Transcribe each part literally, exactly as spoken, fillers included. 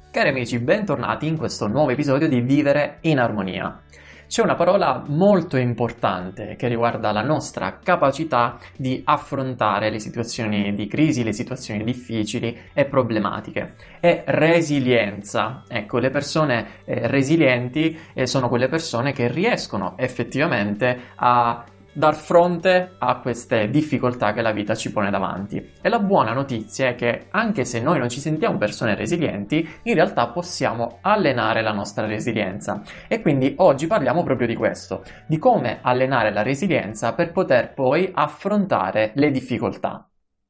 Cari amici, bentornati in questo nuovo episodio di Vivere in Armonia. C'è una parola molto importante che riguarda la nostra capacità di affrontare le situazioni di crisi, le situazioni difficili e problematiche. È resilienza. Ecco, le persone eh, resilienti eh, sono quelle persone che riescono effettivamente a dar fronte a queste difficoltà che la vita ci pone davanti. E la buona notizia è che anche se noi non ci sentiamo persone resilienti, in realtà possiamo allenare la nostra resilienza. E quindi oggi parliamo proprio di questo, di come allenare la resilienza per poter poi affrontare le difficoltà.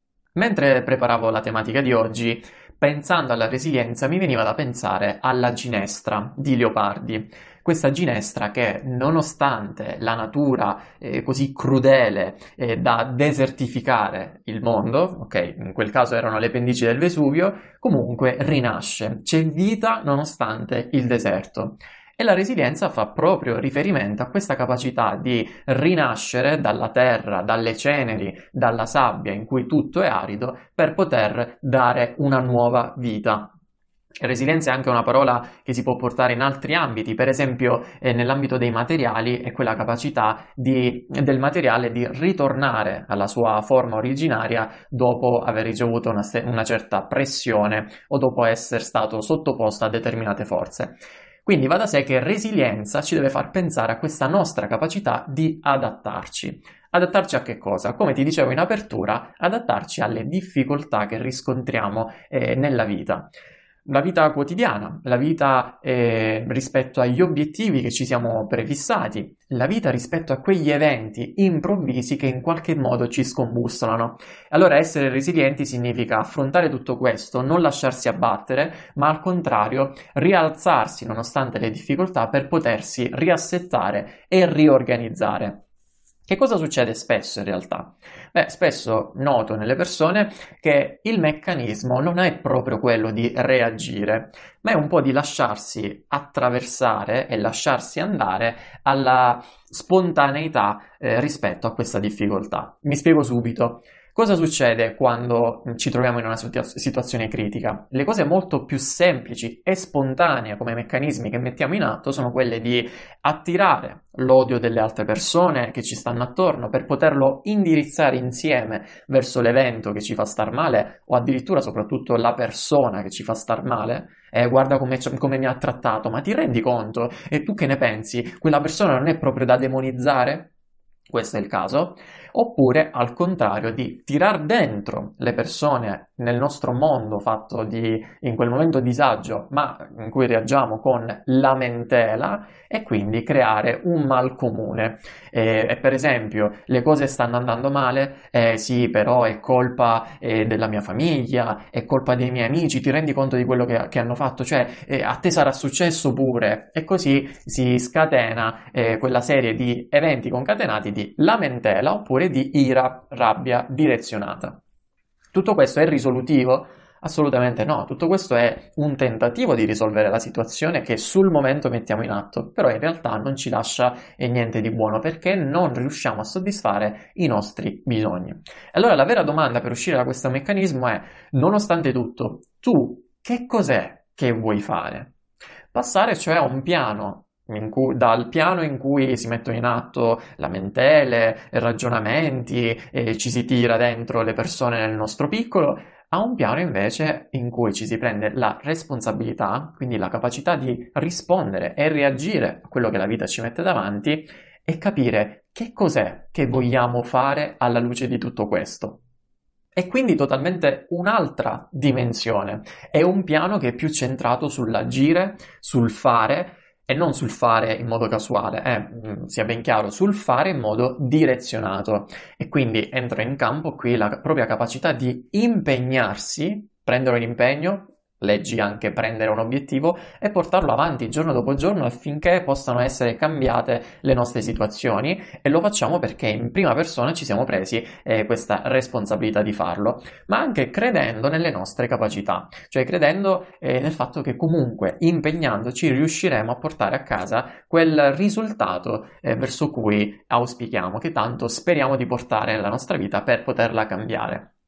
Mentre preparavo la tematica di oggi, pensando alla resilienza, mi veniva da pensare alla ginestra di Leopardi. Questa ginestra che, nonostante la natura eh, così crudele eh, da desertificare il mondo, ok, in quel caso erano le pendici del Vesuvio, comunque rinasce, c'è vita nonostante il deserto. E la resilienza fa proprio riferimento a questa capacità di rinascere dalla terra, dalle ceneri, dalla sabbia in cui tutto è arido, per poter dare una nuova vita. Resilienza è anche una parola che si può portare in altri ambiti, per esempio eh, nell'ambito dei materiali è quella capacità di, del materiale di ritornare alla sua forma originaria dopo aver ricevuto una, una certa pressione o dopo essere stato sottoposto a determinate forze. Quindi va da sé che resilienza ci deve far pensare a questa nostra capacità di adattarci. Adattarci a che cosa? Come ti dicevo in apertura, adattarci alle difficoltà che riscontriamo eh, nella vita. La vita quotidiana, la vita eh, rispetto agli obiettivi che ci siamo prefissati, la vita rispetto a quegli eventi improvvisi che in qualche modo ci scombussolano. Allora essere resilienti significa affrontare tutto questo, non lasciarsi abbattere, ma al contrario rialzarsi nonostante le difficoltà per potersi riassettare e riorganizzare. Che cosa succede spesso in realtà? Beh, spesso noto nelle persone che il meccanismo non è proprio quello di reagire, ma è un po' di lasciarsi attraversare e lasciarsi andare alla spontaneità eh, rispetto a questa difficoltà. Mi spiego subito. Cosa succede quando ci troviamo in una situazione critica? Le cose molto più semplici e spontanee come meccanismi che mettiamo in atto sono quelle di attirare l'odio delle altre persone che ci stanno attorno per poterlo indirizzare insieme verso l'evento che ci fa star male o addirittura soprattutto la persona che ci fa star male. Eh, guarda come, come mi ha trattato, ma ti rendi conto? E tu che ne pensi? Quella persona non è proprio da demonizzare? Questo è il caso. Oppure al contrario di tirar dentro le persone nel nostro mondo fatto di in quel momento disagio ma in cui reagiamo con lamentela e quindi creare un mal comune e, e per esempio le cose stanno andando male, eh, sì però è colpa eh, della mia famiglia, è colpa dei miei amici, ti rendi conto di quello che, che hanno fatto, cioè eh, a te sarà successo pure, e così si scatena eh, quella serie di eventi concatenati di lamentela oppure di ira, rabbia direzionata. Tutto questo è risolutivo? Assolutamente no, tutto questo è un tentativo di risolvere la situazione che sul momento mettiamo in atto, però in realtà non ci lascia niente di buono perché non riusciamo a soddisfare i nostri bisogni. Allora la vera domanda per uscire da questo meccanismo è, nonostante tutto, tu che cos'è che vuoi fare? Passare cioè a un piano In cui, dal piano in cui si mettono in atto lamentele, ragionamenti e ci si tira dentro le persone nel nostro piccolo, a un piano invece in cui ci si prende la responsabilità, quindi la capacità di rispondere e reagire a quello che la vita ci mette davanti e capire che cos'è che vogliamo fare alla luce di tutto questo. È quindi totalmente un'altra dimensione, è un piano che è più centrato sull'agire, sul fare, e non sul fare in modo casuale, eh, sia ben chiaro, sul fare in modo direzionato. E quindi entra in campo qui la propria capacità di impegnarsi, prendere un impegno, leggi anche prendere un obiettivo e portarlo avanti giorno dopo giorno affinché possano essere cambiate le nostre situazioni, e lo facciamo perché in prima persona ci siamo presi eh, questa responsabilità di farlo, ma anche credendo nelle nostre capacità, cioè credendo eh, nel fatto che comunque impegnandoci riusciremo a portare a casa quel risultato eh, verso cui auspichiamo, che tanto speriamo di portare nella nostra vita per poterla cambiare.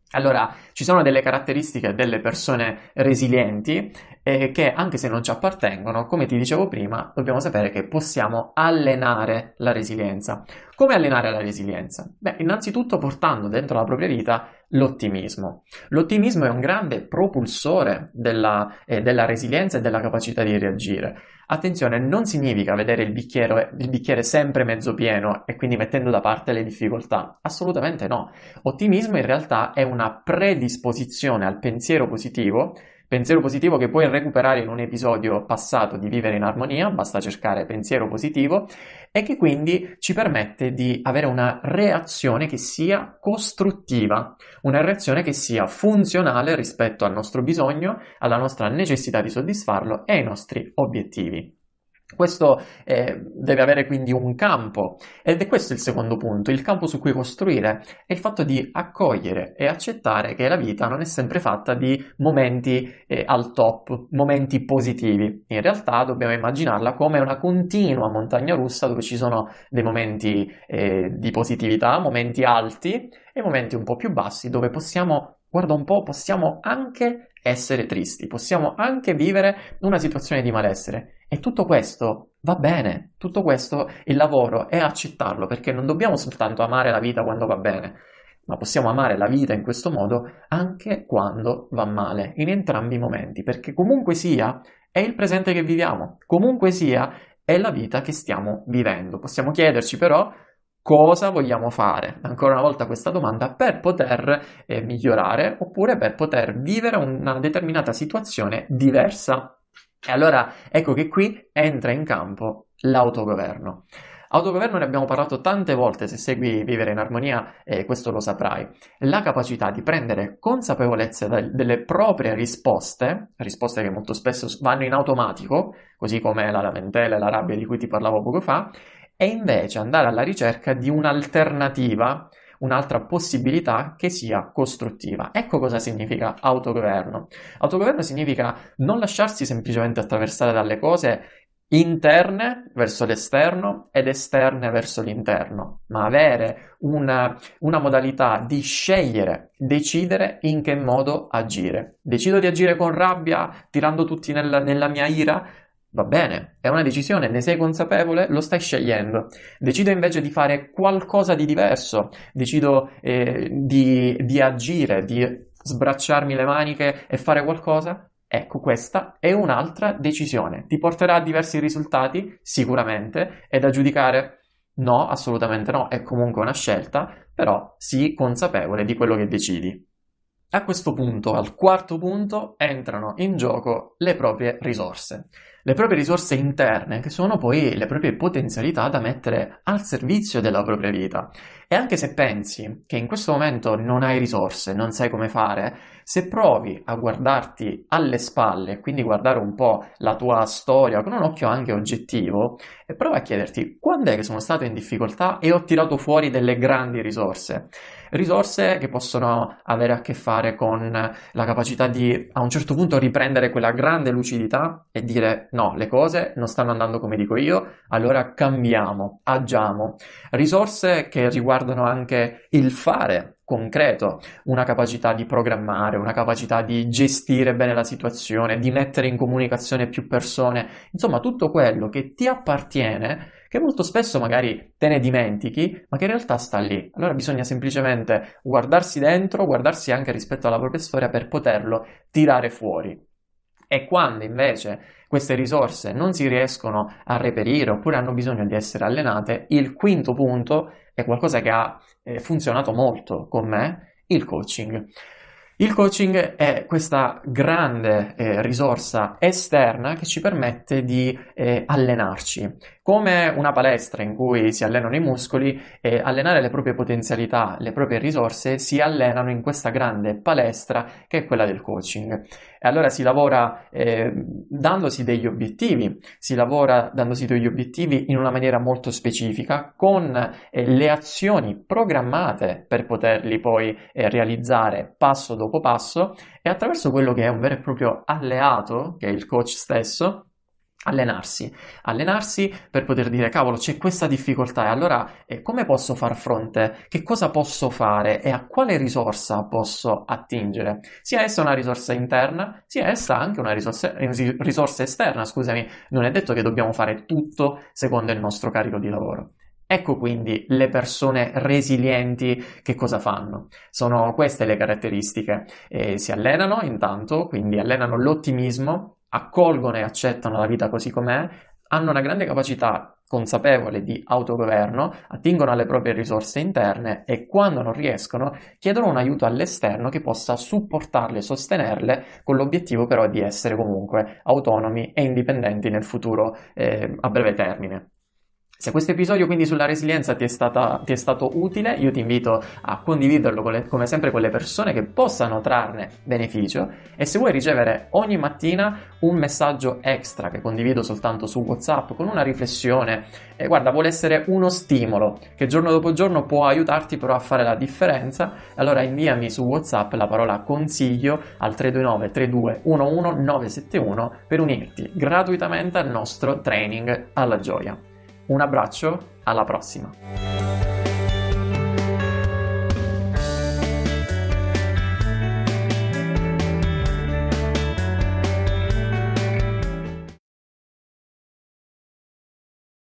Allora, ci sono delle caratteristiche delle persone resilienti eh, che, anche se non ci appartengono, come ti dicevo prima, dobbiamo sapere che possiamo allenare la resilienza. Come allenare la resilienza? Beh, innanzitutto portando dentro la propria vita l'ottimismo. L'ottimismo è un grande propulsore della, eh, della resilienza e della capacità di reagire. Attenzione, non significa vedere il bicchiere, il bicchiere sempre mezzo pieno e quindi mettendo da parte le difficoltà. Assolutamente no. Ottimismo in realtà è una predisposizione al pensiero positivo, pensiero positivo che puoi recuperare in un episodio passato di Vivere in Armonia, basta cercare pensiero positivo, e che quindi ci permette di avere una reazione che sia costruttiva, una reazione che sia funzionale rispetto al nostro bisogno, alla nostra necessità di soddisfarlo e ai nostri obiettivi. Questo eh, deve avere quindi un campo, ed è questo il secondo punto, il campo su cui costruire è il fatto di accogliere e accettare che la vita non è sempre fatta di momenti eh, al top, momenti positivi. In realtà dobbiamo immaginarla come una continua montagna russa dove ci sono dei momenti eh, di positività, momenti alti e momenti un po' più bassi dove possiamo, guarda un po', possiamo anche essere tristi, possiamo anche vivere una situazione di malessere. E tutto questo va bene, tutto questo il lavoro è accettarlo, perché non dobbiamo soltanto amare la vita quando va bene, ma possiamo amare la vita in questo modo anche quando va male, in entrambi i momenti, perché comunque sia è il presente che viviamo, comunque sia è la vita che stiamo vivendo. Possiamo chiederci però cosa vogliamo fare, ancora una volta questa domanda, per poter eh, migliorare oppure per poter vivere una determinata situazione diversa. E allora ecco che qui entra in campo l'autogoverno. Autogoverno ne abbiamo parlato tante volte, se segui Vivere in Armonia eh, questo lo saprai. La capacità di prendere consapevolezza delle proprie risposte, risposte che molto spesso vanno in automatico, così come la lamentela e la rabbia di cui ti parlavo poco fa, e invece andare alla ricerca di un'alternativa, un'altra possibilità che sia costruttiva. Ecco cosa significa autogoverno. Autogoverno significa non lasciarsi semplicemente attraversare dalle cose interne verso l'esterno ed esterne verso l'interno, ma avere una, una modalità di scegliere, decidere in che modo agire. Decido di agire con rabbia, tirando tutti nel, nella mia ira? Va bene, è una decisione, ne sei consapevole, lo stai scegliendo. Decido invece di fare qualcosa di diverso, decido eh, di, di agire, di sbracciarmi le maniche e fare qualcosa. Ecco, questa è un'altra decisione. Ti porterà a diversi risultati? Sicuramente. È da giudicare? No, assolutamente no. È comunque una scelta, però sii consapevole di quello che decidi. A questo punto, al quarto punto, entrano in gioco le proprie risorse. Le proprie risorse interne, che sono poi le proprie potenzialità da mettere al servizio della propria vita. E anche se pensi che in questo momento non hai risorse, non sai come fare, se provi a guardarti alle spalle, quindi guardare un po' la tua storia con un occhio anche oggettivo, e prova a chiederti quando è che sono stato in difficoltà e ho tirato fuori delle grandi risorse. Risorse che possono avere a che fare con la capacità di a un certo punto riprendere quella grande lucidità e dire no, le cose non stanno andando come dico io, allora cambiamo, agiamo. Risorse che riguardano anche il fare concreto, una capacità di programmare, una capacità di gestire bene la situazione, di mettere in comunicazione più persone, insomma tutto quello che ti appartiene, che molto spesso magari te ne dimentichi, ma che in realtà sta lì. Allora bisogna semplicemente guardarsi dentro, guardarsi anche rispetto alla propria storia per poterlo tirare fuori. E quando invece queste risorse non si riescono a reperire oppure hanno bisogno di essere allenate, il quinto punto è qualcosa che ha eh, funzionato molto con me, il coaching. Il coaching è questa grande eh, risorsa esterna che ci permette di eh, allenarci. Come una palestra in cui si allenano i muscoli, eh, allenare le proprie potenzialità, le proprie risorse si allenano in questa grande palestra che è quella del coaching. E allora si lavora eh, dandosi degli obiettivi, si lavora dandosi degli obiettivi in una maniera molto specifica, con eh, le azioni programmate per poterli poi eh, realizzare passo dopo passo, e attraverso quello che è un vero e proprio alleato, che è il coach stesso, Allenarsi, allenarsi per poter dire cavolo c'è questa difficoltà e allora eh, come posso far fronte, che cosa posso fare e a quale risorsa posso attingere, sia essa una risorsa interna sia essa anche una risorsa, risorsa esterna, scusami, non è detto che dobbiamo fare tutto secondo il nostro carico di lavoro. Ecco quindi le persone resilienti che cosa fanno? Sono queste le caratteristiche, eh, si allenano intanto, quindi allenano l'ottimismo, accolgono e accettano la vita così com'è, hanno una grande capacità consapevole di autogoverno, attingono alle proprie risorse interne e quando non riescono chiedono un aiuto all'esterno che possa supportarle e sostenerle con l'obiettivo però di essere comunque autonomi e indipendenti nel futuro eh, a breve termine. Se questo episodio quindi sulla resilienza ti è, stata, ti è stato utile, io ti invito a condividerlo con le, come sempre con le persone che possano trarne beneficio e se vuoi ricevere ogni mattina un messaggio extra che condivido soltanto su WhatsApp con una riflessione, e guarda, vuole essere uno stimolo che giorno dopo giorno può aiutarti però a fare la differenza, allora inviami su WhatsApp la parola consiglio al tre due nove tre due uno uno nove sette uno per unirti gratuitamente al nostro training alla gioia. Un abbraccio, alla prossima!